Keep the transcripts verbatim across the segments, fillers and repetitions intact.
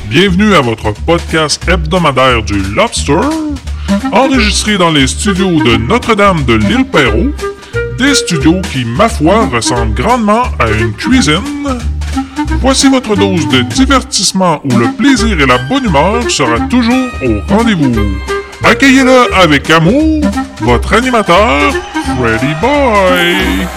Bienvenue à votre podcast hebdomadaire du Lobster, enregistré dans les studios de Notre-Dame de l'Île-Perrot, des studios qui, ma foi, ressemblent grandement à une cuisine. Voici votre dose de divertissement où le plaisir et la bonne humeur sera toujours au rendez-vous. Accueillez-le avec amour, votre animateur, Freddy Boy.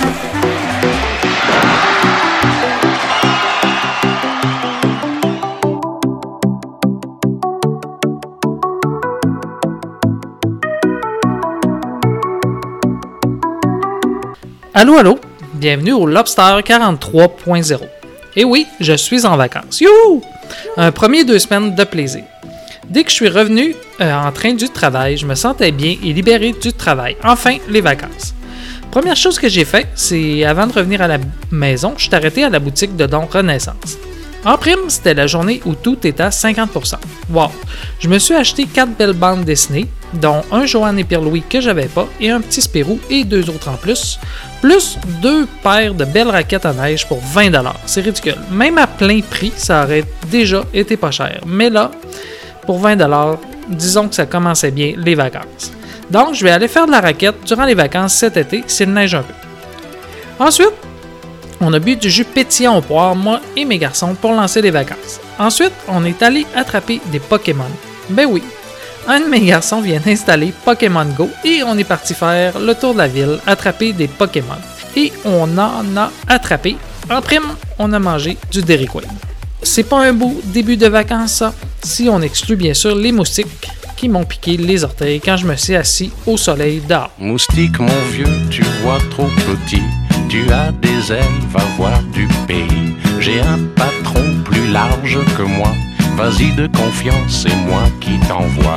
Allô, allô, bienvenue au Lobster quarante-trois point zéro. Et oui, je suis en vacances. Youhou! Un premier deux semaines de plaisir. Dès que je suis revenu euh, en train du travail, je me sentais bien et libéré du travail. Enfin, les vacances. Première chose que j'ai fait, c'est avant de revenir à la maison, je suis arrêté à la boutique de Don Renaissance. En prime, c'était la journée où tout était à cinquante pour cent. Wow! Je me suis acheté quatre belles bandes dessinées, dont un Joanne et Pierre-Louis que j'avais pas, et un petit Spirou et deux autres en plus, plus deux paires de belles raquettes à neige pour vingt dollars. C'est ridicule. Même à plein prix, ça aurait déjà été pas cher. Mais là, pour vingt dollars, disons que ça commençait bien les vacances. Donc, je vais aller faire de la raquette durant les vacances cet été, s'il neige un peu. Ensuite, on a bu du jus pétillant au poire, moi et mes garçons, pour lancer les vacances. Ensuite, on est allé attraper des Pokémon. Ben oui, un de mes garçons vient d'installer Pokémon Go et on est parti faire le tour de la ville, attraper des Pokémon. Et on en a attrapé. En prime, on a mangé du Dairy Queen. C'est pas un beau début de vacances, ça, si on exclut bien sûr les moustiques qui m'ont piqué les orteils quand je me suis assis au soleil dehors. Moustique, mon vieux, tu vois trop petit. Tu as des ailes, va voir du pays. J'ai un patron plus large que moi. Vas-y de confiance, c'est moi qui t'envoie.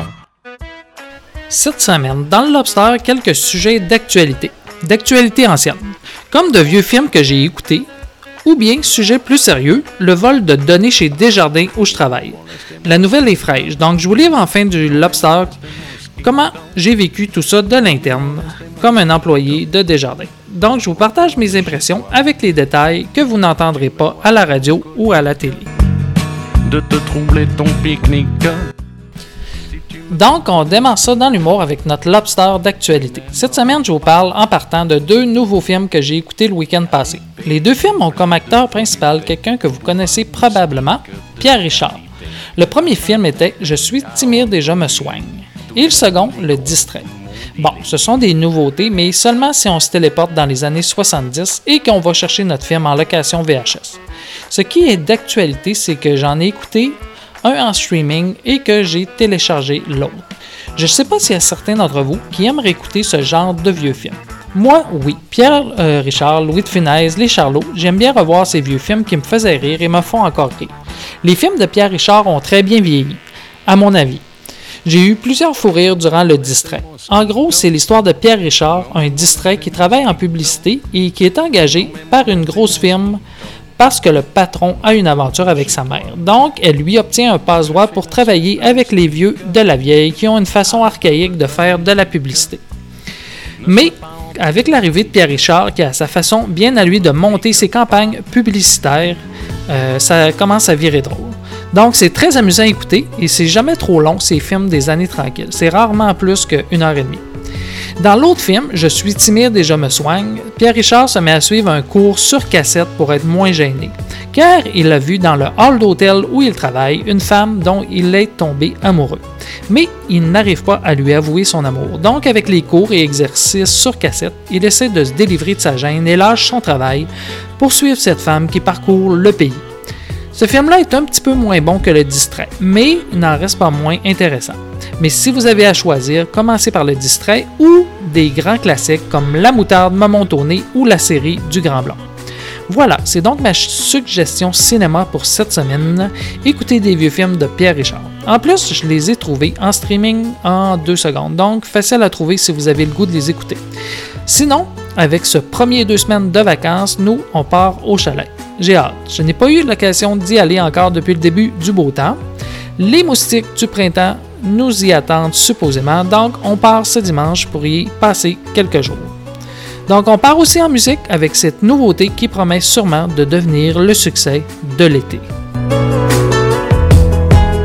Cette semaine, dans le Lobster, quelques sujets d'actualité. D'actualité ancienne. Comme de vieux films que j'ai écoutés, ou bien, sujet plus sérieux, le vol de données chez Desjardins où je travaille. La nouvelle est fraîche, donc je vous livre en fin du Lobster comment j'ai vécu tout ça de l'interne, comme un employé de Desjardins. Donc, je vous partage mes impressions avec les détails que vous n'entendrez pas à la radio ou à la télé. De te troubler ton pique-nique. Donc, on démarre ça dans l'humour avec notre Lobster d'actualité. Cette semaine, je vous parle en partant de deux nouveaux films que j'ai écoutés le week-end passé. Les deux films ont comme acteur principal quelqu'un que vous connaissez probablement, Pierre Richard. Le premier film était « Je suis timide et je me soigne » et le second, « Le distrait ». Bon, ce sont des nouveautés, mais seulement si on se téléporte dans les années soixante-dix et qu'on va chercher notre film en location V H S. Ce qui est d'actualité, c'est que j'en ai écouté un en streaming et que j'ai téléchargé l'autre. Je ne sais pas s'il y a certains d'entre vous qui aimeraient écouter ce genre de vieux films. Moi, oui. Pierre euh, Richard, Louis de Funès, Les Charlots, j'aime bien revoir ces vieux films qui me faisaient rire et me font encore rire. Les films de Pierre Richard ont très bien vieilli, à mon avis. J'ai eu plusieurs fous rires durant le distrait. En gros, c'est l'histoire de Pierre Richard, un distrait qui travaille en publicité et qui est engagé par une grosse firme parce que le patron a une aventure avec sa mère. Donc, elle lui obtient un passe-droit pour travailler avec les vieux de la vieille qui ont une façon archaïque de faire de la publicité. Mais, avec l'arrivée de Pierre Richard, qui a sa façon bien à lui de monter ses campagnes publicitaires, euh, ça commence à virer drôle. Donc, c'est très amusant à écouter et c'est jamais trop long, ces films des années tranquilles. C'est rarement plus qu'une heure et demie. Dans l'autre film, Je suis timide et je me soigne, Pierre Richard se met à suivre un cours sur cassette pour être moins gêné, car il a vu dans le hall d'hôtel où il travaille une femme dont il est tombé amoureux. Mais il n'arrive pas à lui avouer son amour. Donc, avec les cours et exercices sur cassette, il essaie de se délivrer de sa gêne et lâche son travail pour suivre cette femme qui parcourt le pays. Ce film-là est un petit peu moins bon que Le Distrait, mais il n'en reste pas moins intéressant. Mais si vous avez à choisir, commencez par Le Distrait ou des grands classiques comme La moutarde m'a monté au nez ou la série du Grand Blanc. Voilà, c'est donc ma suggestion cinéma pour cette semaine. Écoutez des vieux films de Pierre Richard. En plus, je les ai trouvés en streaming en deux secondes, donc facile à trouver si vous avez le goût de les écouter. Sinon, avec ce premier deux semaines de vacances, nous, on part au chalet. J'ai hâte. Je n'ai pas eu l'occasion d'y aller encore depuis le début du beau temps. Les moustiques du printemps nous y attendent supposément, donc on part ce dimanche pour y passer quelques jours. Donc on part aussi en musique avec cette nouveauté qui promet sûrement de devenir le succès de l'été.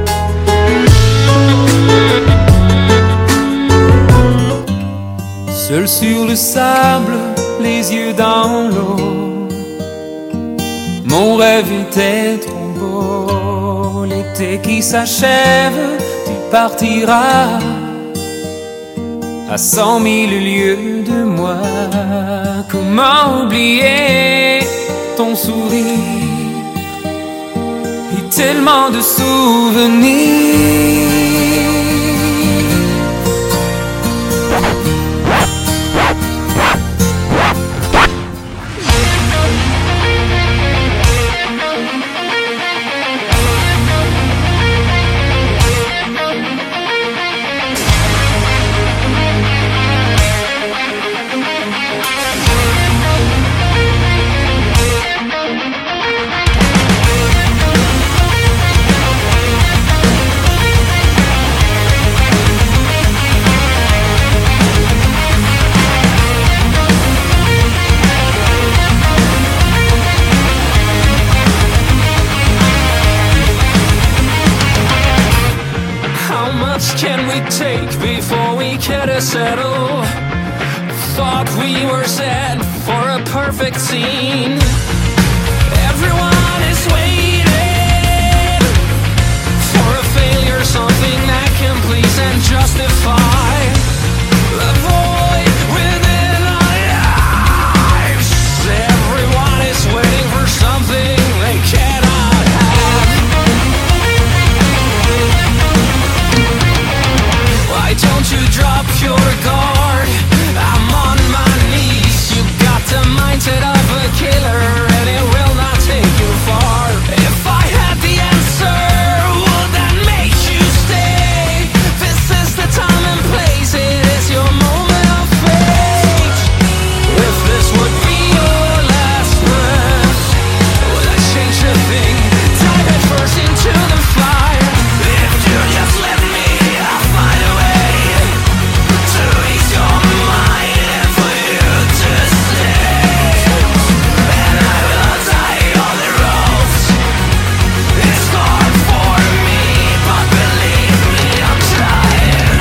seul sur le sable, les yeux dans l'eau. Mon rêve était trop beau. L'été qui s'achève, tu partiras à cent mille lieues de moi. Comment oublier ton sourire et tellement de souvenirs. Can we take before we get to settle? Thought we were set for a perfect scene. Everyone is waiting for a failure, something that can please and justify the void within our lives. Everyone is waiting for something they cannot have. Why don't you drop your guard? I'm on my knees. You got the mindset of a killer, and it will not take you far. If I had the answer, would that make you stay? This is the time and place. It is your moment of fate. If this would be your last breath, would I change a thing? Dive head first into the fire. If you just let me, I'll find a way to ease your mind and for you to stay. And I will untie all the ropes. It's hard for me, but believe me, I'm trying.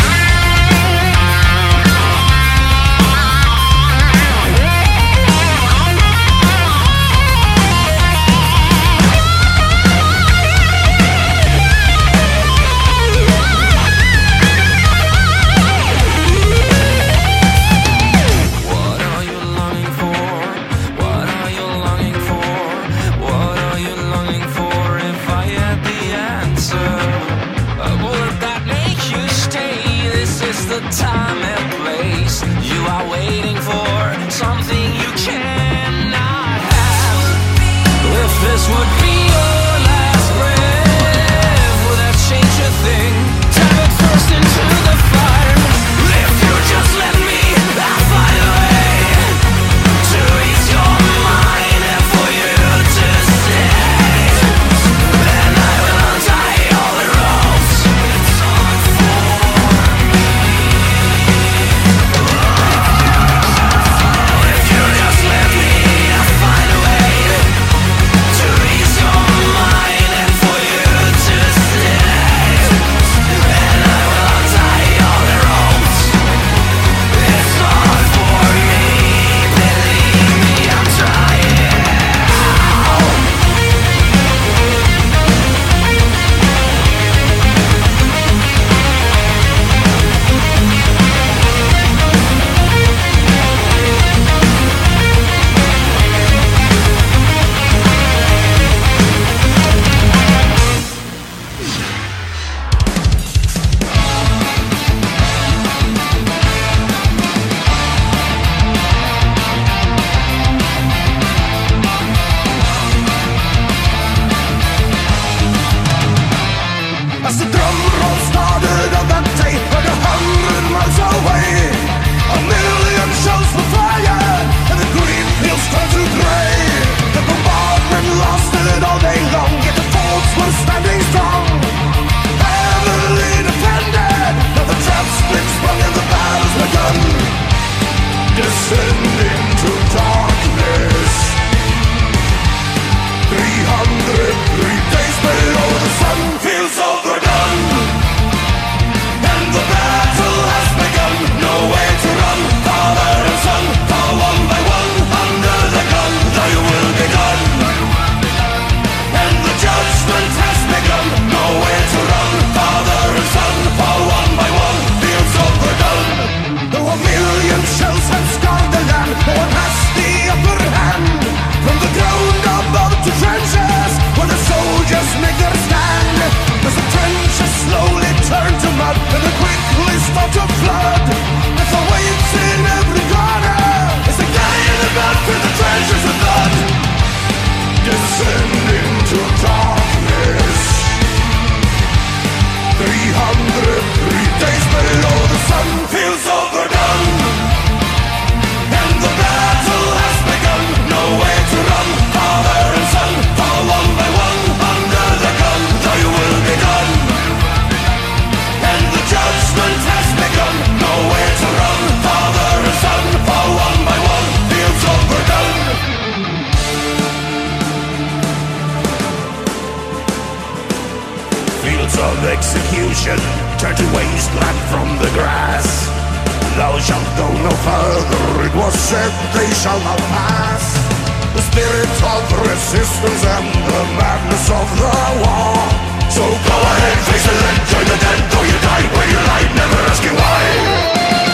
What are you longing for? What are you longing for? What are you longing for? If I had the answer, uh, would that make you stay? This is the time and place. You are waiting for something you cannot have. If this would be your last breath, would that change a thing? Dive it first into the fire. If you just let me, I'll find a way to ease your mind and for you to stay. And I will untie all the ropes. It's hard for me. If you just let me, I'll find a way to ease your execution, turn to wasteland from the grass. Thou shalt go no further, it was said they shall not pass. The spirit of resistance and the madness of the war. So go ahead, face it and join the dead, though you die where you lie, never ask you why.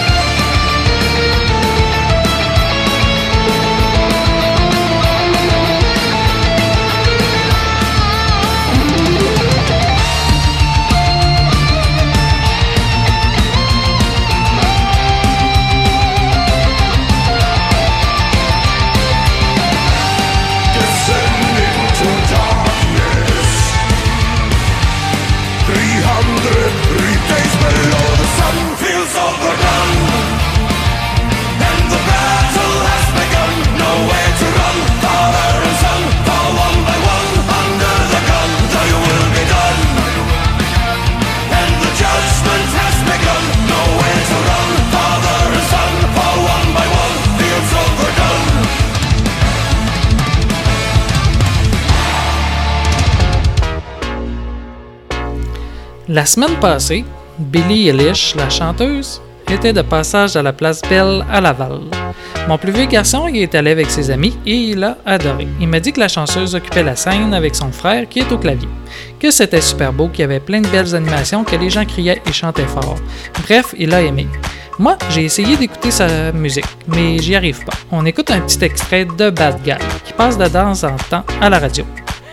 La semaine passée, Billie Eilish, la chanteuse, était de passage à la place Belle à Laval. Mon plus vieux garçon y est allé avec ses amis et il a adoré. Il m'a dit que la chanteuse occupait la scène avec son frère qui est au clavier, que c'était super beau, qu'il y avait plein de belles animations, que les gens criaient et chantaient fort. Bref, il a aimé. Moi, j'ai essayé d'écouter sa musique, mais j'y arrive pas. On écoute un petit extrait de Bad Guy qui passe de temps en temps à la radio.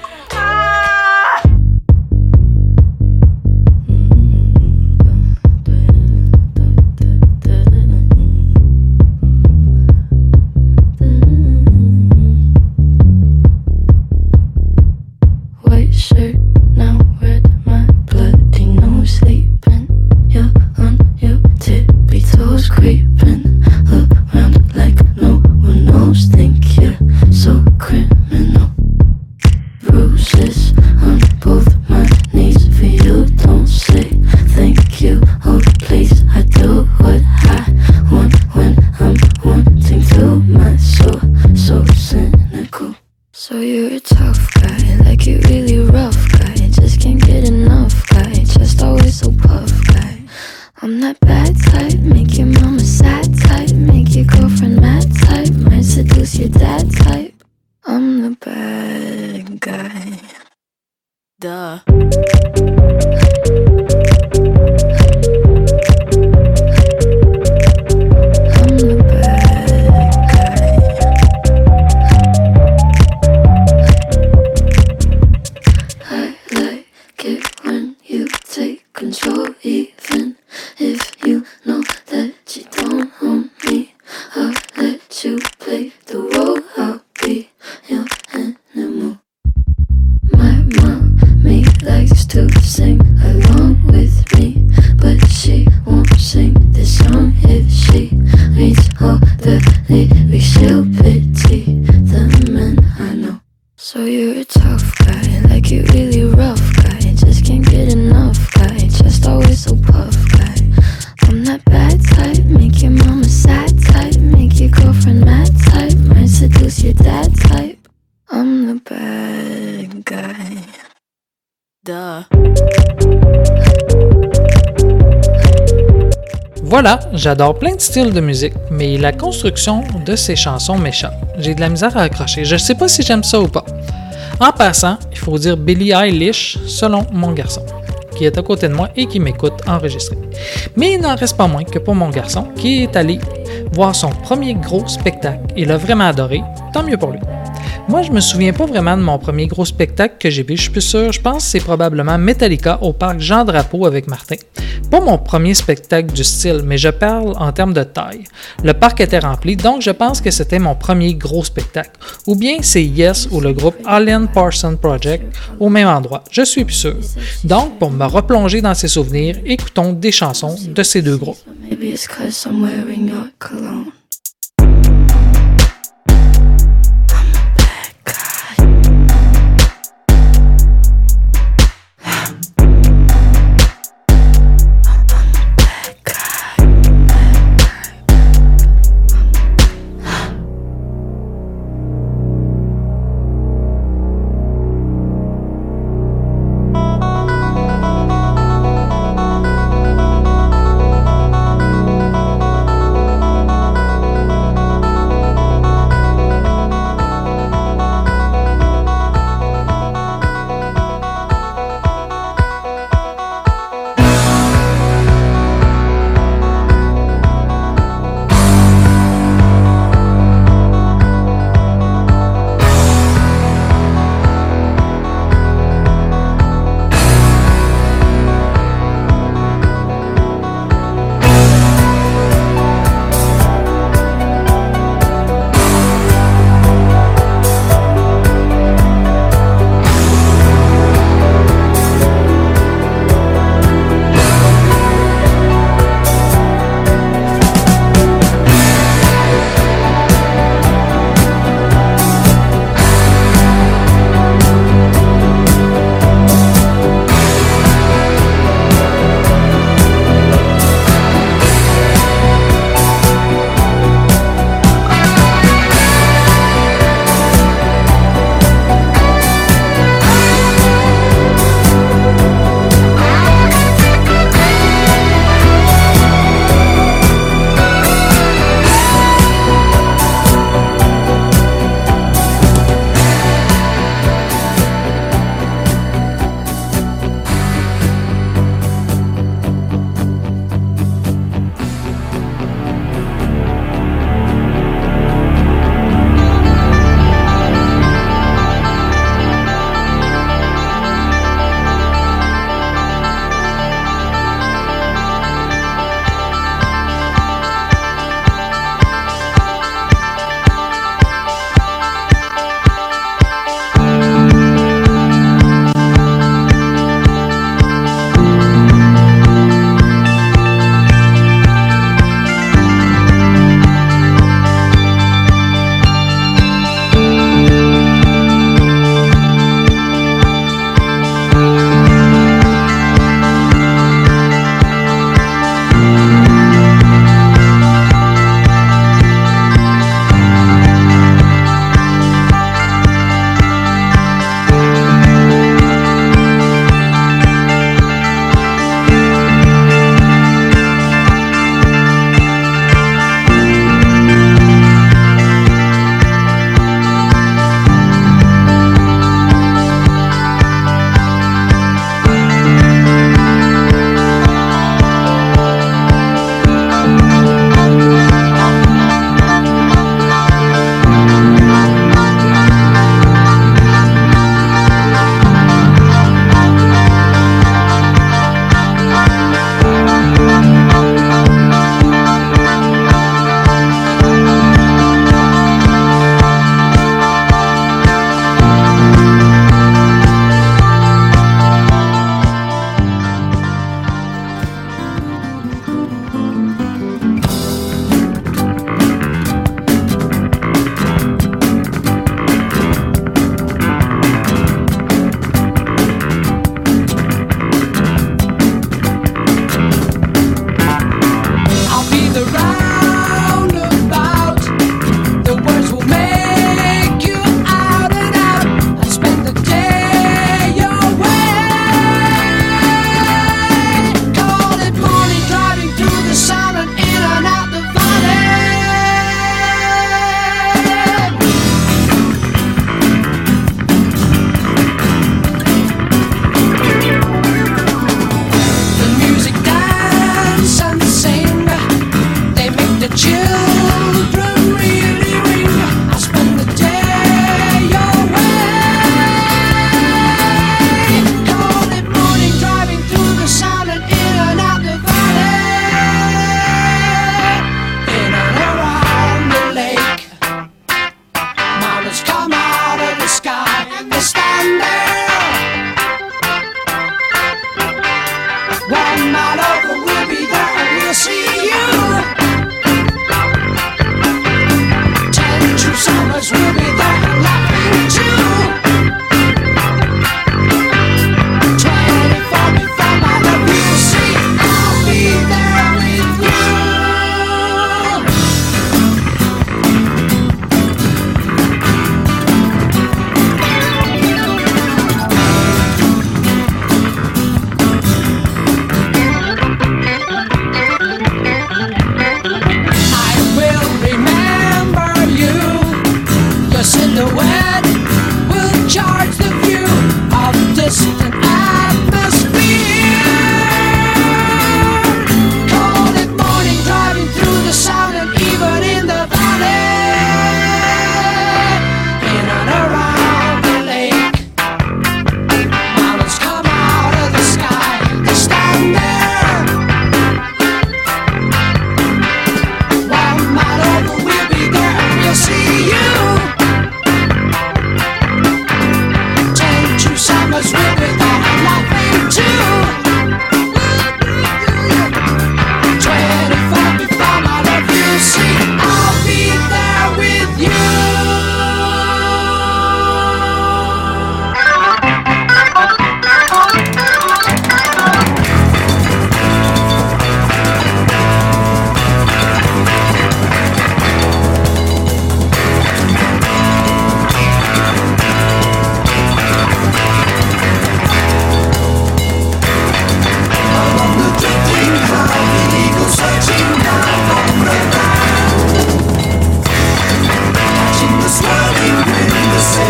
Voilà, j'adore plein de styles de musique, mais la construction de ces chansons m'échappe. J'ai de la misère à accrocher, je ne sais pas si j'aime ça ou pas. En passant, il faut dire Billie Eilish selon mon garçon, qui est à côté de moi et qui m'écoute enregistrer. Mais il n'en reste pas moins que pour mon garçon, qui est allé voir son premier gros spectacle. Il a vraiment adoré, tant mieux pour lui. Moi, je me souviens pas vraiment de mon premier gros spectacle que j'ai vu, je suis plus sûr, je pense que c'est probablement Metallica au parc Jean Drapeau avec Martin. Pas mon premier spectacle du style, mais je parle en termes de taille. Le parc était rempli, donc je pense que c'était mon premier gros spectacle. Ou bien c'est Yes ou le groupe Alan Parsons Project au même endroit, je suis plus sûr. Donc, pour me replonger dans ces souvenirs, écoutons des chansons de ces deux groupes.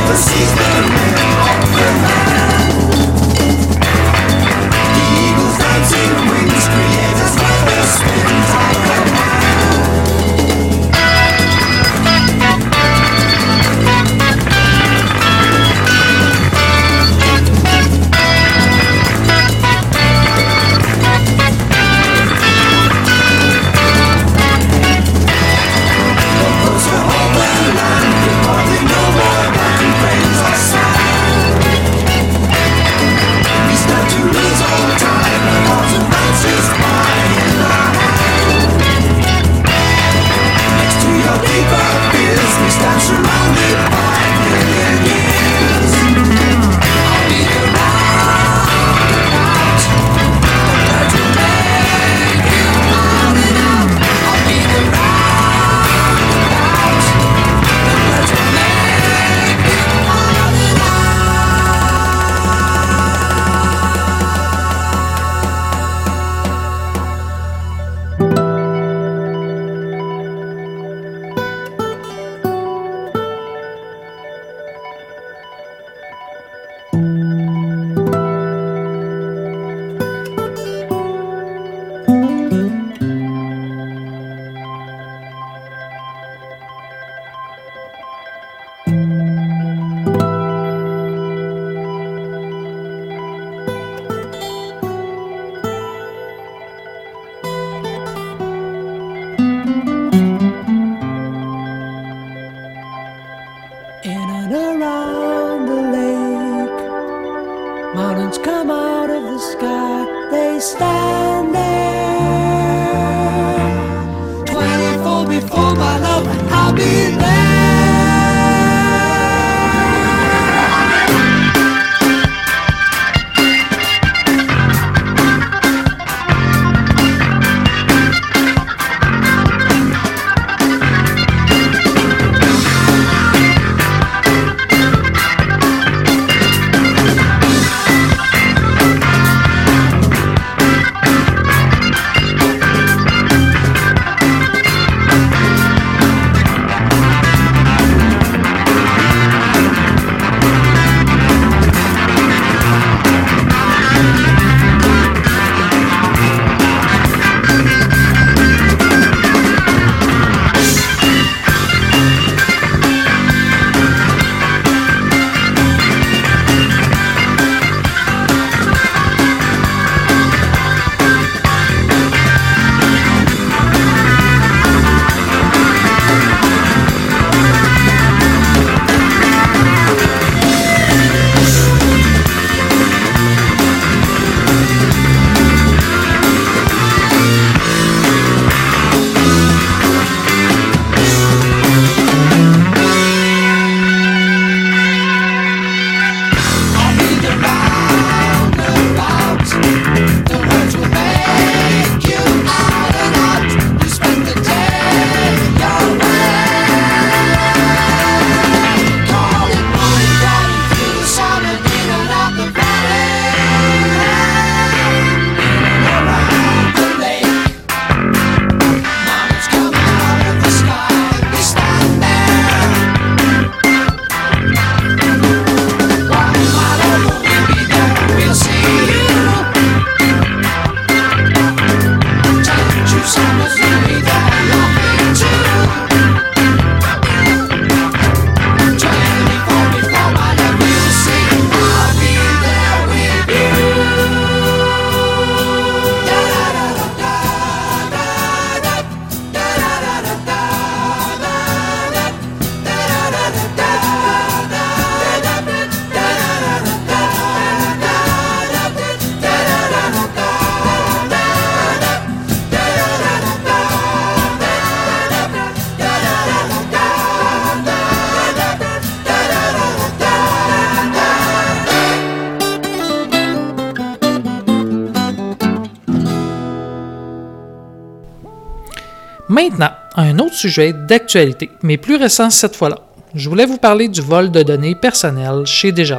Maintenant, un autre sujet d'actualité, mais plus récent cette fois-là. Je voulais vous parler du vol de données personnelles chez Desjardins.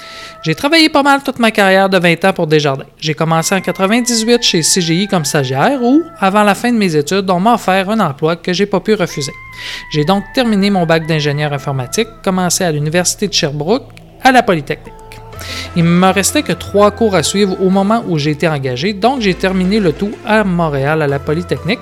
J'ai travaillé pas mal toute ma carrière de vingt ans pour Desjardins. J'ai commencé en quatre-vingt-dix-huit chez C G I comme stagiaire où, avant la fin de mes études, on m'a offert un emploi que j'ai pas pu refuser. J'ai donc terminé mon bac d'ingénieur informatique, commencé à l'Université de Sherbrooke, à la Polytechnique. Il ne me restait que trois cours à suivre au moment où j'ai été engagé, donc j'ai terminé le tout à Montréal à la Polytechnique.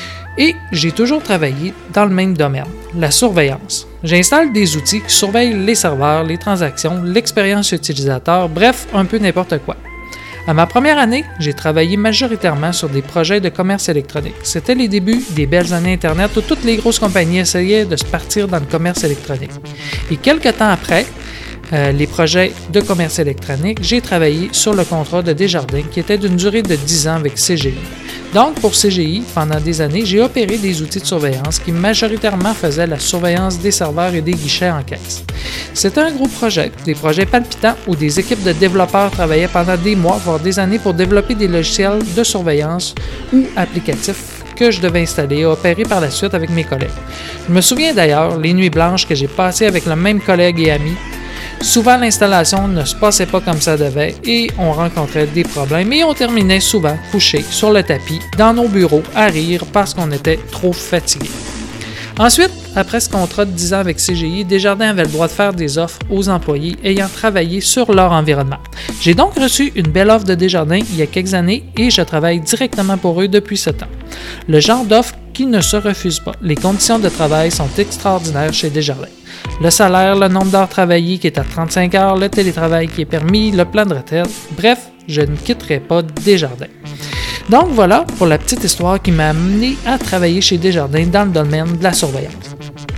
Et j'ai toujours travaillé dans le même domaine, la surveillance. J'installe des outils qui surveillent les serveurs, les transactions, l'expérience utilisateur, bref, un peu n'importe quoi. À ma première année, j'ai travaillé majoritairement sur des projets de commerce électronique. C'était les débuts des belles années Internet où toutes les grosses compagnies essayaient de se partir dans le commerce électronique. Et quelques temps après, euh, les projets de commerce électronique, j'ai travaillé sur le contrat de Desjardins qui était d'une durée de dix ans avec C G I. Donc, pour C G I, pendant des années, j'ai opéré des outils de surveillance qui majoritairement faisaient la surveillance des serveurs et des guichets en caisse. C'était un gros projet, des projets palpitants où des équipes de développeurs travaillaient pendant des mois, voire des années pour développer des logiciels de surveillance ou applicatifs que je devais installer et opérer par la suite avec mes collègues. Je me souviens d'ailleurs les nuits blanches que j'ai passées avec le même collègue et ami. Souvent, l'installation ne se passait pas comme ça devait et on rencontrait des problèmes et on terminait souvent couchés sur le tapis dans nos bureaux à rire parce qu'on était trop fatigués. Ensuite, après ce contrat de dix ans avec C G I, Desjardins avait le droit de faire des offres aux employés ayant travaillé sur leur environnement. J'ai donc reçu une belle offre de Desjardins il y a quelques années et je travaille directement pour eux depuis ce temps. Le genre d'offre qui ne se refuse pas. Les conditions de travail sont extraordinaires chez Desjardins. Le salaire, le nombre d'heures travaillées qui est à trente-cinq heures, le télétravail qui est permis, le plan de retraite, bref, je ne quitterai pas Desjardins. Donc voilà pour la petite histoire qui m'a amené à travailler chez Desjardins dans le domaine de la surveillance.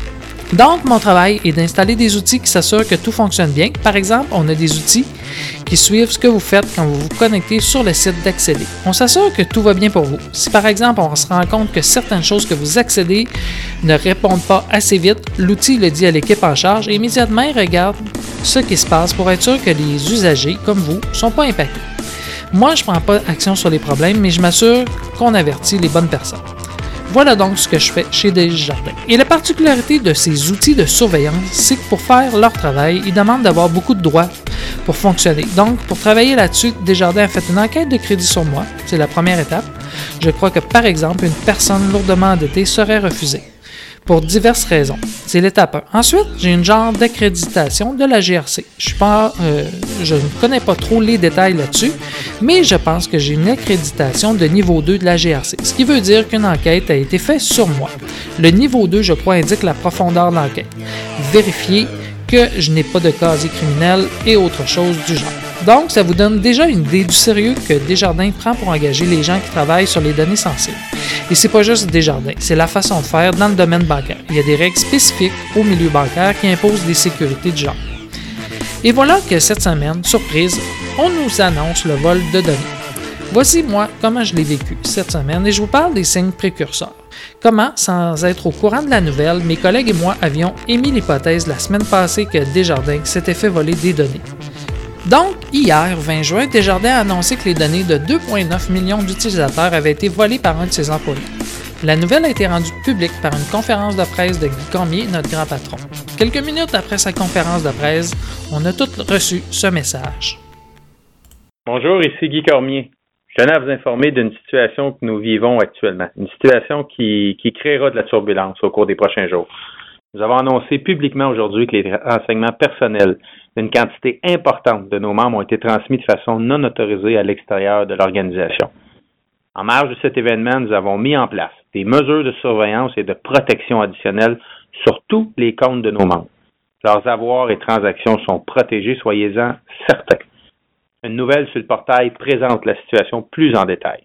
Donc, mon travail est d'installer des outils qui s'assurent que tout fonctionne bien. Par exemple, on a des outils qui suivent ce que vous faites quand vous vous connectez sur le site d'Accéder. On s'assure que tout va bien pour vous. Si par exemple, on se rend compte que certaines choses que vous accédez ne répondent pas assez vite, l'outil le dit à l'équipe en charge et immédiatement il regarde ce qui se passe pour être sûr que les usagers, comme vous, ne sont pas impactés. Moi, je ne prends pas action sur les problèmes, mais je m'assure qu'on avertit les bonnes personnes. Voilà donc ce que je fais chez Desjardins. Et la particularité de ces outils de surveillance, c'est que pour faire leur travail, ils demandent d'avoir beaucoup de droits pour fonctionner. Donc, pour travailler là-dessus, Desjardins a fait une enquête de crédit sur moi. C'est la première étape. Je crois que, par exemple, une personne lourdement endettée serait refusée pour diverses raisons. C'est l'étape un. Ensuite, j'ai une genre d'accréditation de la G R C. Je suis pas, euh, je ne connais pas trop les détails là-dessus, mais je pense que j'ai une accréditation de niveau deux de la G R C, ce qui veut dire qu'une enquête a été faite sur moi. Le niveau deux, je crois, indique la profondeur de l'enquête. Vérifier que je n'ai pas de casier criminel et autre chose du genre. Donc, ça vous donne déjà une idée du sérieux que Desjardins prend pour engager les gens qui travaillent sur les données sensibles. Et c'est pas juste Desjardins, c'est la façon de faire dans le domaine bancaire. Il y a des règles spécifiques au milieu bancaire qui imposent des sécurités de genre. Et voilà que cette semaine, surprise, on nous annonce le vol de données. Voici, moi, comment je l'ai vécu cette semaine et je vous parle des signes précurseurs. Comment, sans être au courant de la nouvelle, mes collègues et moi avions émis l'hypothèse la semaine passée que Desjardins s'était fait voler des données. Donc, hier, vingt juin, Desjardins a annoncé que les données de deux virgule neuf millions d'utilisateurs avaient été volées par un de ses employés. La nouvelle a été rendue publique par une conférence de presse de Guy Cormier, notre grand patron. Quelques minutes après sa conférence de presse, on a tous reçu ce message. Bonjour, ici Guy Cormier. Je tenais à vous informer d'une situation que nous vivons actuellement, une situation qui, qui créera de la turbulence au cours des prochains jours. Nous avons annoncé publiquement aujourd'hui que les renseignements personnels d'une quantité importante de nos membres ont été transmis de façon non autorisée à l'extérieur de l'organisation. En marge de cet événement, nous avons mis en place des mesures de surveillance et de protection additionnelles sur tous les comptes de nos membres. Leurs avoirs et transactions sont protégés, soyez-en certains. Une nouvelle sur le portail présente la situation plus en détail.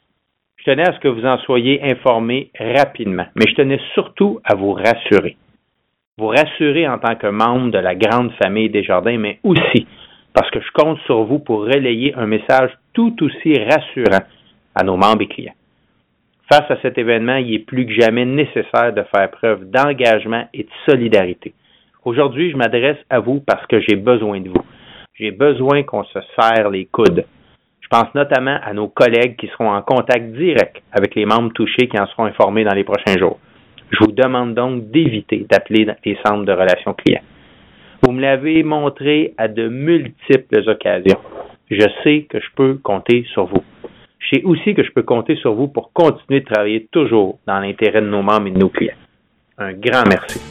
Je tenais à ce que vous en soyez informés rapidement, mais je tenais surtout à vous rassurer. Vous rassurer en tant que membre de la grande famille Desjardins, mais aussi parce que je compte sur vous pour relayer un message tout aussi rassurant à nos membres et clients. Face à cet événement, il est plus que jamais nécessaire de faire preuve d'engagement et de solidarité. Aujourd'hui, je m'adresse à vous parce que j'ai besoin de vous. J'ai besoin qu'on se serre les coudes. Je pense notamment à nos collègues qui seront en contact direct avec les membres touchés qui en seront informés dans les prochains jours. Je vous demande donc d'éviter d'appeler les centres de relations clients. Vous me l'avez montré à de multiples occasions. Je sais que je peux compter sur vous. Je sais aussi que je peux compter sur vous pour continuer de travailler toujours dans l'intérêt de nos membres et de nos clients. Un grand merci.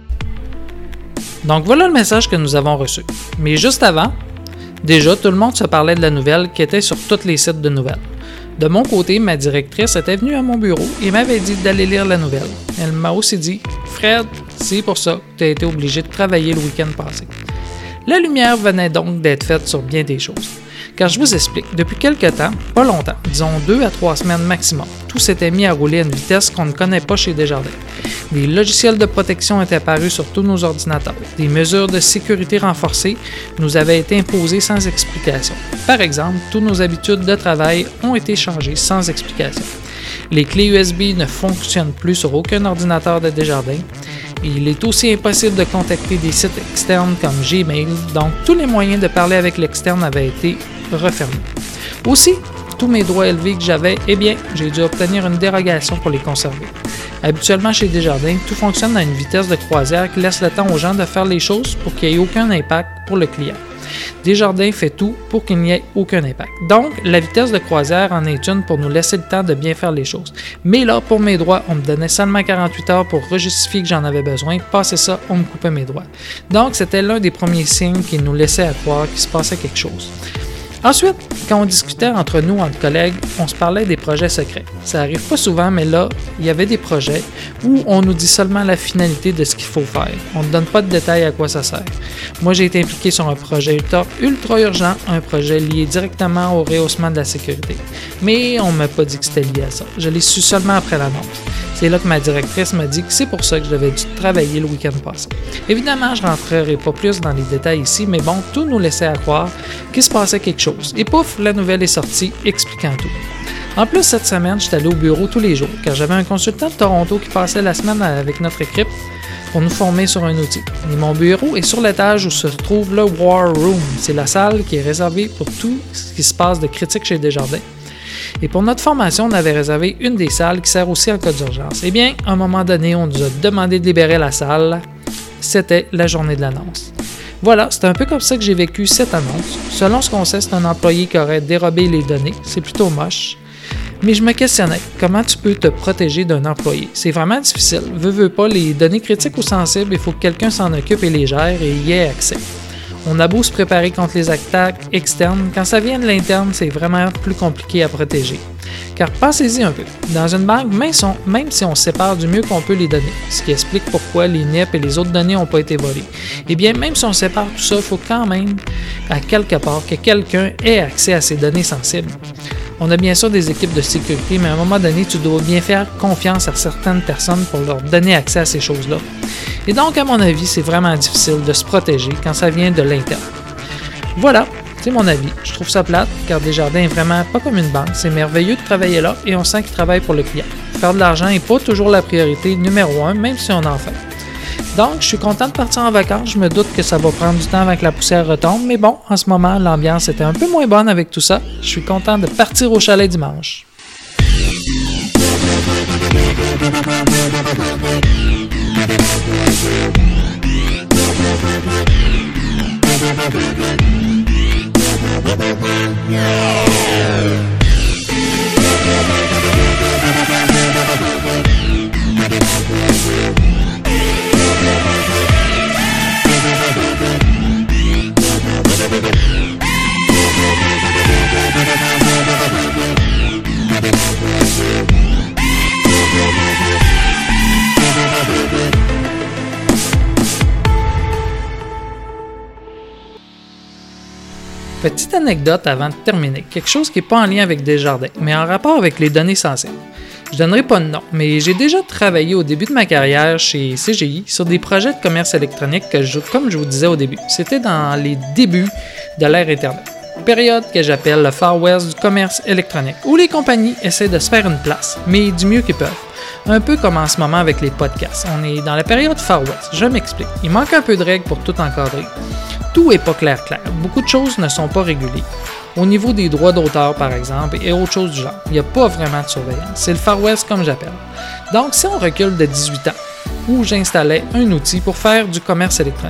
Donc voilà le message que nous avons reçu. Mais juste avant, déjà tout le monde se parlait de la nouvelle qui était sur tous les sites de nouvelles. De mon côté, ma directrice était venue à mon bureau et m'avait dit d'aller lire la nouvelle. Elle m'a aussi dit « Fred, c'est pour ça que tu as été obligé de travailler le week-end passé. » La lumière venait donc d'être faite sur bien des choses. Car je vous explique, depuis quelque temps, pas longtemps, disons deux à trois semaines maximum, tout s'était mis à rouler à une vitesse qu'on ne connaît pas chez Desjardins. Des logiciels de protection étaient apparus sur tous nos ordinateurs. Des mesures de sécurité renforcées nous avaient été imposées sans explication. Par exemple, toutes nos habitudes de travail ont été changées sans explication. Les clés U S B ne fonctionnent plus sur aucun ordinateur de Desjardins. Il est aussi impossible de contacter des sites externes comme Gmail, donc tous les moyens de parler avec l'externe avaient été refermés. Aussi, tous mes droits élevés que j'avais, eh bien, j'ai dû obtenir une dérogation pour les conserver. Habituellement, chez Desjardins, tout fonctionne à une vitesse de croisière qui laisse le temps aux gens de faire les choses pour qu'il n'y ait aucun impact pour le client. Desjardins fait tout pour qu'il n'y ait aucun impact. Donc, la vitesse de croisière en est une pour nous laisser le temps de bien faire les choses. Mais là, pour mes droits, on me donnait seulement quarante-huit heures pour rejustifier que j'en avais besoin. Passé ça, on me coupait mes droits. Donc, c'était l'un des premiers signes qui nous laissait à croire qu'il se passait quelque chose. Ensuite, quand on discutait entre nous, entre collègues, on se parlait des projets secrets. Ça arrive pas souvent, mais là, il y avait des projets où on nous dit seulement la finalité de ce qu'il faut faire. On ne donne pas de détails à quoi ça sert. Moi, j'ai été impliqué sur un projet ultra, ultra urgent, un projet lié directement au rehaussement de la sécurité. Mais on ne m'a pas dit que c'était lié à ça. Je l'ai su seulement après l'annonce. C'est là que ma directrice m'a dit que c'est pour ça que je devais dû travailler le week-end passé. Évidemment, je ne rentrerai pas plus dans les détails ici, mais bon, tout nous laissait à croire qu'il se passait quelque chose. Et pouf, la nouvelle est sortie, expliquant tout. En plus, cette semaine, j'étais allé au bureau tous les jours, car j'avais un consultant de Toronto qui passait la semaine avec notre équipe pour nous former sur un outil. Et mon bureau est sur l'étage où se trouve le War Room. C'est la salle qui est réservée pour tout ce qui se passe de critique chez Desjardins. Et pour notre formation, on avait réservé une des salles qui sert aussi en cas d'urgence. Eh bien, à un moment donné, on nous a demandé de libérer la salle. C'était la journée de l'annonce. Voilà, c'est un peu comme ça que j'ai vécu cette annonce. Selon ce qu'on sait, c'est un employé qui aurait dérobé les données. C'est plutôt moche. Mais je me questionnais, comment tu peux te protéger d'un employé? C'est vraiment difficile. Veux, veux pas, les données critiques ou sensibles, il faut que quelqu'un s'en occupe et les gère et y ait accès. On a beau se préparer contre les attaques externes, quand ça vient de l'interne, c'est vraiment plus compliqué à protéger. Car pensez-y un peu, dans une banque, même si, on, même si on sépare du mieux qu'on peut les données, ce qui explique pourquoi les N I P et les autres données n'ont pas été volées, eh bien même si on sépare tout ça, il faut quand même, à quelque part, que quelqu'un ait accès à ces données sensibles. On a bien sûr des équipes de sécurité, mais à un moment donné, tu dois bien faire confiance à certaines personnes pour leur donner accès à ces choses-là. Et donc, à mon avis, c'est vraiment difficile de se protéger quand ça vient de l'interne. Voilà, c'est mon avis. Je trouve ça plate, car Desjardins est vraiment pas comme une banque. C'est merveilleux de travailler là et on sent qu'ils travaillent pour le client. Faire de l'argent n'est pas toujours la priorité numéro un, même si on en fait. Donc, je suis content de partir en vacances. Je me doute que ça va prendre du temps avant que la poussière retombe, mais bon, en ce moment, l'ambiance était un peu moins bonne avec tout ça. Je suis content de partir au chalet dimanche. Petite anecdote avant de terminer, quelque chose qui n'est pas en lien avec Desjardins, mais en rapport avec les données sensibles. Je ne donnerai pas de nom, mais j'ai déjà travaillé au début de ma carrière chez C G I sur des projets de commerce électronique que, je, comme je vous disais au début, c'était dans les débuts de l'ère Internet. Période que j'appelle le Far West du commerce électronique, où les compagnies essaient de se faire une place, mais du mieux qu'ils peuvent. Un peu comme en ce moment avec les podcasts. On est dans la période Far West. Je m'explique. Il manque un peu de règles pour tout encadrer. Tout n'est pas clair clair. Beaucoup de choses ne sont pas régulées. Au niveau des droits d'auteur, par exemple, et autre chose du genre, il n'y a pas vraiment de surveillance. C'est le Far West comme j'appelle. Donc, si on recule de dix-huit ans, où j'installais un outil pour faire du commerce électronique,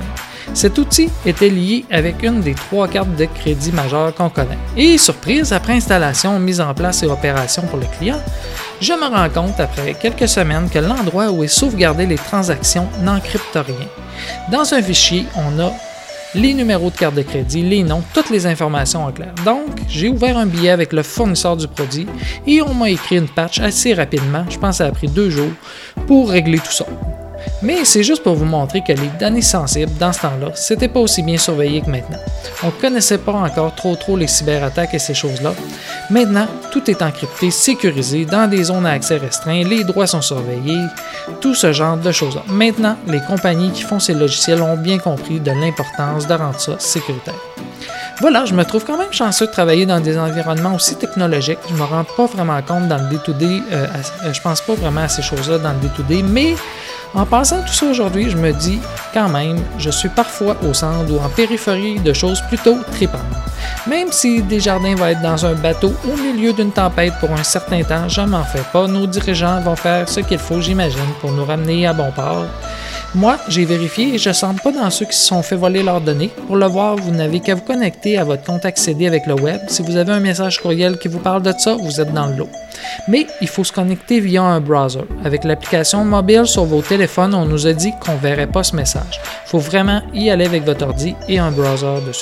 Cet outil était lié avec une des trois cartes de crédit majeures qu'on connaît. Et surprise, après installation, mise en place et opération pour le client, je me rends compte après quelques semaines que l'endroit où est sauvegardé les transactions n'encrypte rien. Dans un fichier, on a les numéros de carte de crédit, les noms, toutes les informations en clair. Donc, j'ai ouvert un billet avec le fournisseur du produit et on m'a écrit une patch assez rapidement, je pense que ça a pris deux jours, pour régler tout ça. Mais c'est juste pour vous montrer que les données sensibles, dans ce temps-là, c'était pas aussi bien surveillé que maintenant. On ne connaissait pas encore trop trop les cyberattaques et ces choses-là. Maintenant, tout est encrypté, sécurisé, dans des zones à accès restreint, les droits sont surveillés, tout ce genre de choses-là. Maintenant, les compagnies qui font ces logiciels ont bien compris de l'importance de rendre ça sécuritaire. Voilà, je me trouve quand même chanceux de travailler dans des environnements aussi technologiques. Je me rends pas vraiment compte dans le day-to-day, euh, à, je pense pas vraiment à ces choses-là dans le day-to-day, mais en pensant tout ça aujourd'hui, je me dis quand même, je suis parfois au centre ou en périphérie de choses plutôt tripantes. Même si Desjardins va être dans un bateau au milieu d'une tempête pour un certain temps, je m'en fais pas. Nos dirigeants vont faire ce qu'il faut, j'imagine, pour nous ramener à bon port. Moi, j'ai vérifié et je ne semble pas dans ceux qui se sont fait voler leurs données. Pour le voir, vous n'avez qu'à vous connecter à votre compte accédé avec le web. Si vous avez un message courriel qui vous parle de ça, vous êtes dans le lot. Mais il faut se connecter via un browser. Avec l'application mobile sur vos téléphones, on nous a dit qu'on ne verrait pas ce message. Il faut vraiment y aller avec votre ordi et un browser dessus.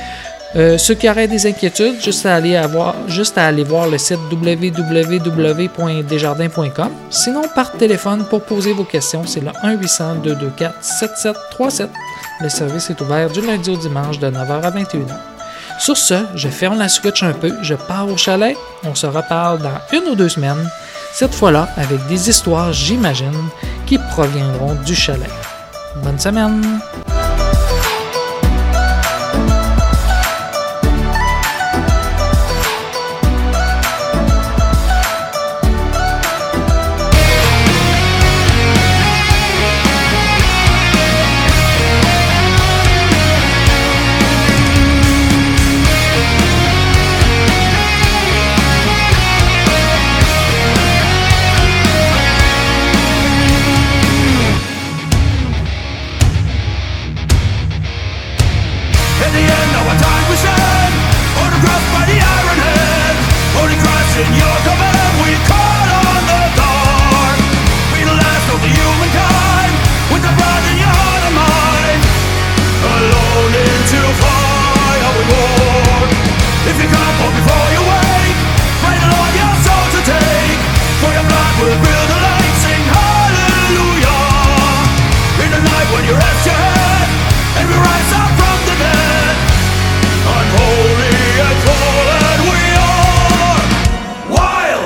Euh, ceux qui auraient des inquiétudes, juste à, aller avoir, juste à aller voir le site w w w point desjardins point com. Sinon, par téléphone, pour poser vos questions, c'est le un huit cents, deux deux quatre, sept sept trois sept. Le service est ouvert du lundi au dimanche de neuf heures à vingt et une heures. Sur ce, je ferme la switch un peu, je pars au chalet. On se reparle dans une ou deux semaines, cette fois-là avec des histoires, j'imagine, qui proviendront du chalet. Bonne semaine! Wild!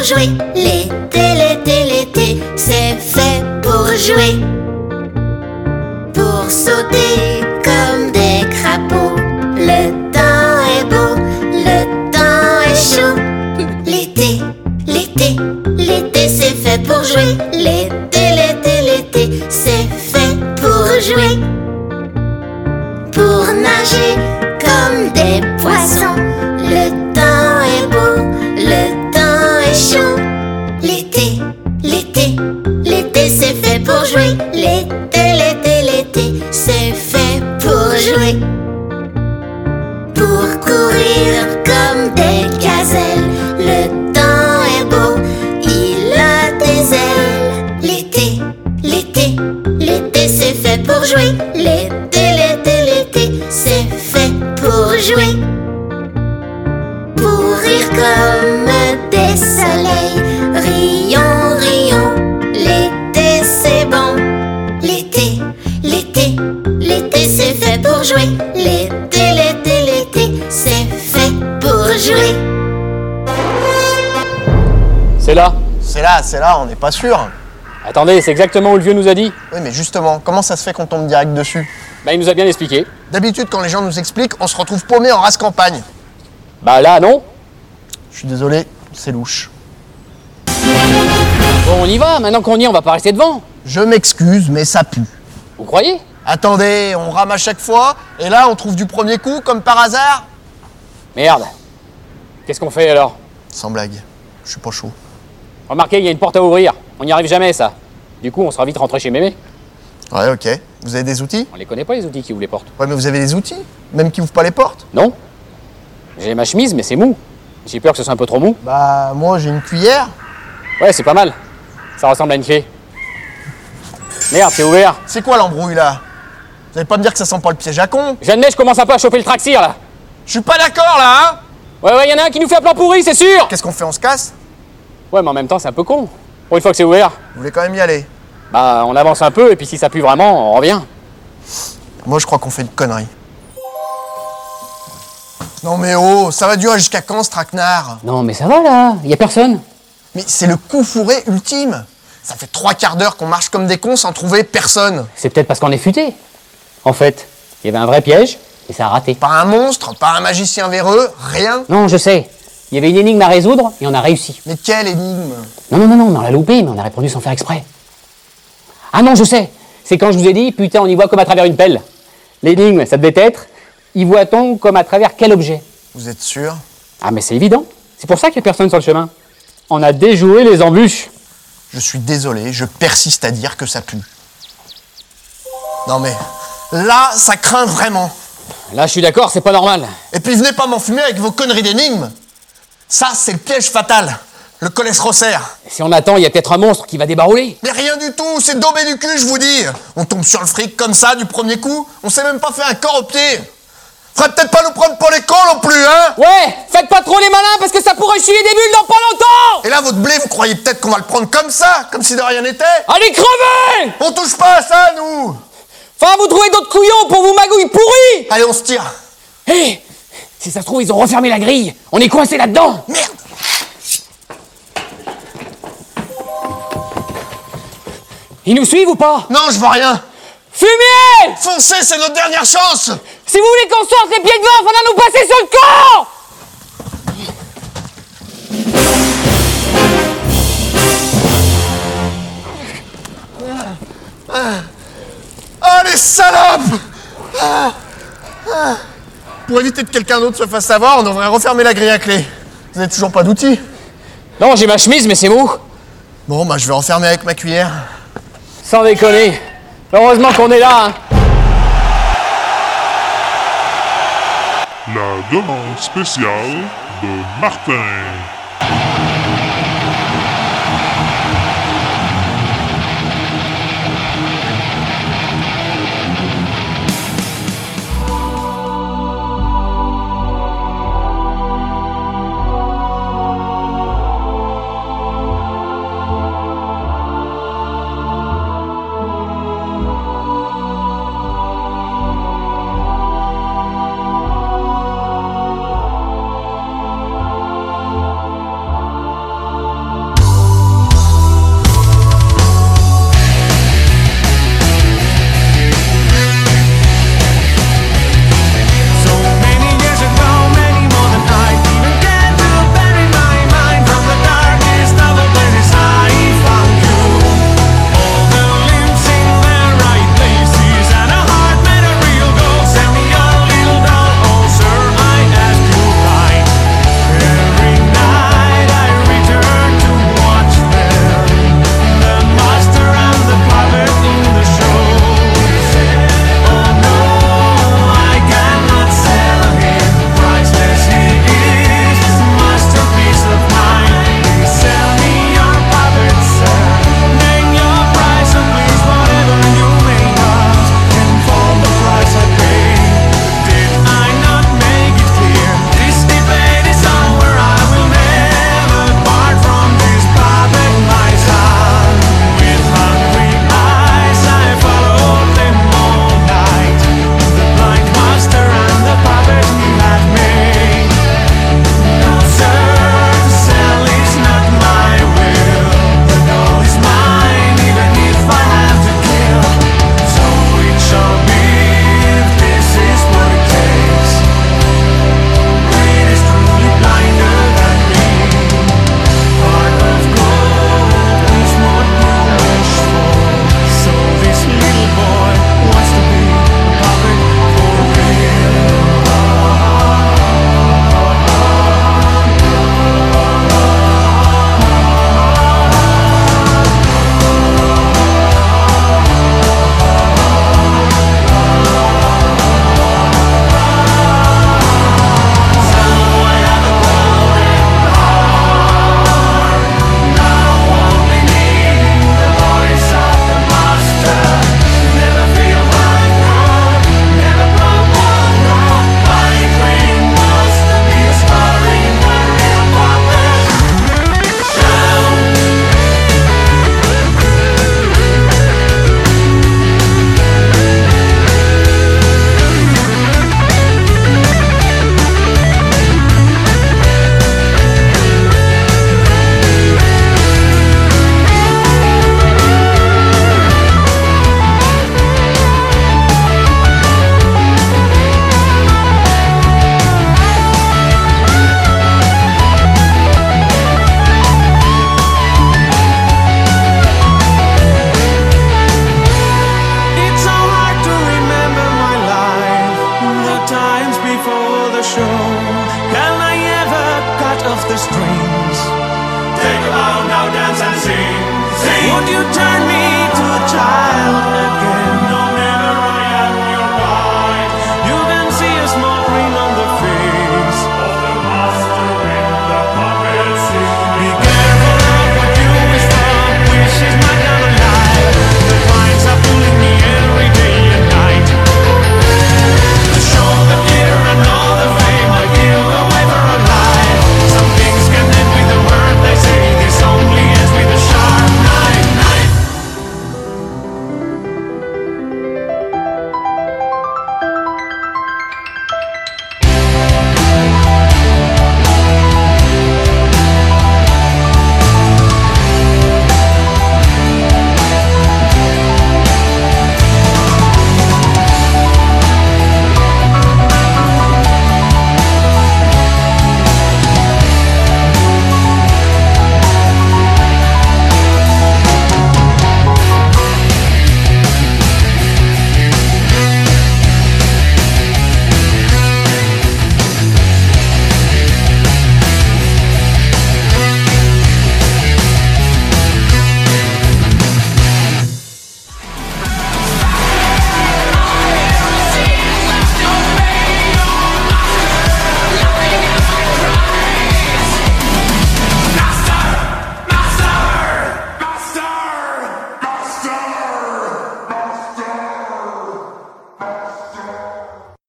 jouer. L'été, l'été, l'été, c'est fait pour jouer. Pour sauter comme des crapauds. Le temps est beau, le temps est chaud. L'été, l'été, l'été, c'est fait pour jouer. L'été, l'été, l'été, c'est fait pour jouer. Pour nager comme des poissons. Le temps est beau, le temps est chaud. L'été, l'été, l'été, c'est fait pour jouer. L'été, l'été, l'été, c'est fait pour jouer. Pour courir comme des gazelles. Le temps est beau, il a des ailes. L'été, l'été, l'été, c'est fait pour jouer. L'été, l'été, l'été, c'est fait pour jouer. Pour rire comme des soleils. Rions, rions, l'été c'est bon. L'été, l'été, l'été, c'est fait pour jouer. L'été, l'été, l'été, c'est fait pour jouer. C'est là. C'est là, c'est là, on n'est pas sûr. Attendez, c'est exactement où le vieux nous a dit. Oui, mais justement, comment ça se fait qu'on tombe direct dessus? Bah, il nous a bien expliqué. D'habitude, quand les gens nous expliquent, on se retrouve paumé en race campagne. Bah là, non. Je suis désolé, c'est louche. Bon, on y va. Maintenant qu'on y est, on va pas rester devant. Je m'excuse, mais ça pue. Vous croyez? Attendez, on rame à chaque fois, et là, on trouve du premier coup, comme par hasard. Merde. Qu'est-ce qu'on fait alors? Sans blague, je suis pas chaud. Remarquez, il y a une porte à ouvrir. On n'y arrive jamais, ça. Du coup, on sera vite rentré chez mémé. Ouais, ok. Vous avez des outils? On les connaît pas, les outils qui ouvrent les portes. Ouais, mais vous avez des outils? Même qui ouvrent pas les portes? Non. J'ai ma chemise, mais c'est mou. J'ai peur que ce soit un peu trop mou. Bah, moi, j'ai une cuillère. Ouais, c'est pas mal. Ça ressemble à une clé. Merde, c'est ouvert. C'est quoi l'embrouille, là? Vous allez pas me dire que ça sent pas le piège à con? Jeanne, je commence un peu à choper le traxir, là. Je suis pas d'accord, là, hein? Ouais, ouais, y'en a un qui nous fait un plan pourri, c'est sûr. Qu'est-ce qu'on fait, on se casse? Ouais, mais en même temps, c'est un peu con. Pour une fois que c'est ouvert. Vous voulez quand même y aller? Bah, on avance un peu, et puis si ça pue vraiment, on revient. Moi, je crois qu'on fait une connerie. Non mais oh, ça va durer jusqu'à quand, ce traquenard? Non, mais ça va, là. Y a personne. Mais c'est le coup fourré ultime. Ça fait trois quarts d'heure qu'on marche comme des cons sans trouver personne. C'est peut-être parce qu'on est futé. En fait, il y avait un vrai piège, et ça a raté. Pas un monstre, pas un magicien véreux, rien. Non, je sais. Il y avait une énigme à résoudre, et on a réussi. Mais quelle énigme? Non, non, non, non, on l'a loupé, mais on a répondu sans faire exprès. Ah non, je sais. C'est quand je vous ai dit, putain, on y voit comme à travers une pelle. L'énigme, ça devait être, y voit-on comme à travers quel objet? Vous êtes sûr? Ah, mais c'est évident. C'est pour ça qu'il n'y a personne sur le chemin. On a déjoué les embûches. Je suis désolé, je persiste à dire que ça pue. Non mais, là, ça craint vraiment. Là, je suis d'accord, c'est pas normal. Et puis venez pas m'enfumer avec vos conneries d'énigmes. Ça, c'est le piège fatal. Le cholestérocère. Si on attend, il y a peut-être un monstre qui va débarrouler. Mais rien du tout, c'est daubé du cul, je vous dis. On tombe sur le fric comme ça, du premier coup. On s'est même pas fait un corps au pied. Faudrait peut-être pas nous prendre pour les cons non plus, hein? Ouais, faites pas trop les malins parce que ça pourrait chier des bulles dans pas longtemps. Et là, votre blé, vous croyez peut-être qu'on va le prendre comme ça, comme si de rien n'était? Allez crever! On touche pas à ça, nous. Enfin, vous trouvez d'autres couillons pour vos magouilles pourries. Allez, on se tire. Hé, hey, si ça se trouve, ils ont refermé la grille. On est coincé là-dedans. Merde. Ils nous suivent ou pas? Non, je vois rien. Fumier! Foncez, c'est notre dernière chance. Si vous voulez qu'on sorte les pieds devant, faudra nous passer sur le corps! Ah, les salopes! Ah, ah. Pour éviter que quelqu'un d'autre se fasse savoir, on devrait refermer la grille à clé. Vous n'avez toujours pas d'outils? Non, j'ai ma chemise, mais c'est mou. Bon, bah je vais refermer avec ma cuillère. Sans déconner. Heureusement qu'on est là, hein. La demande spéciale de Martin. times before the show. Can I ever cut off the strings? Take a bow now, dance and sing, sing. Would you turn me to a child again?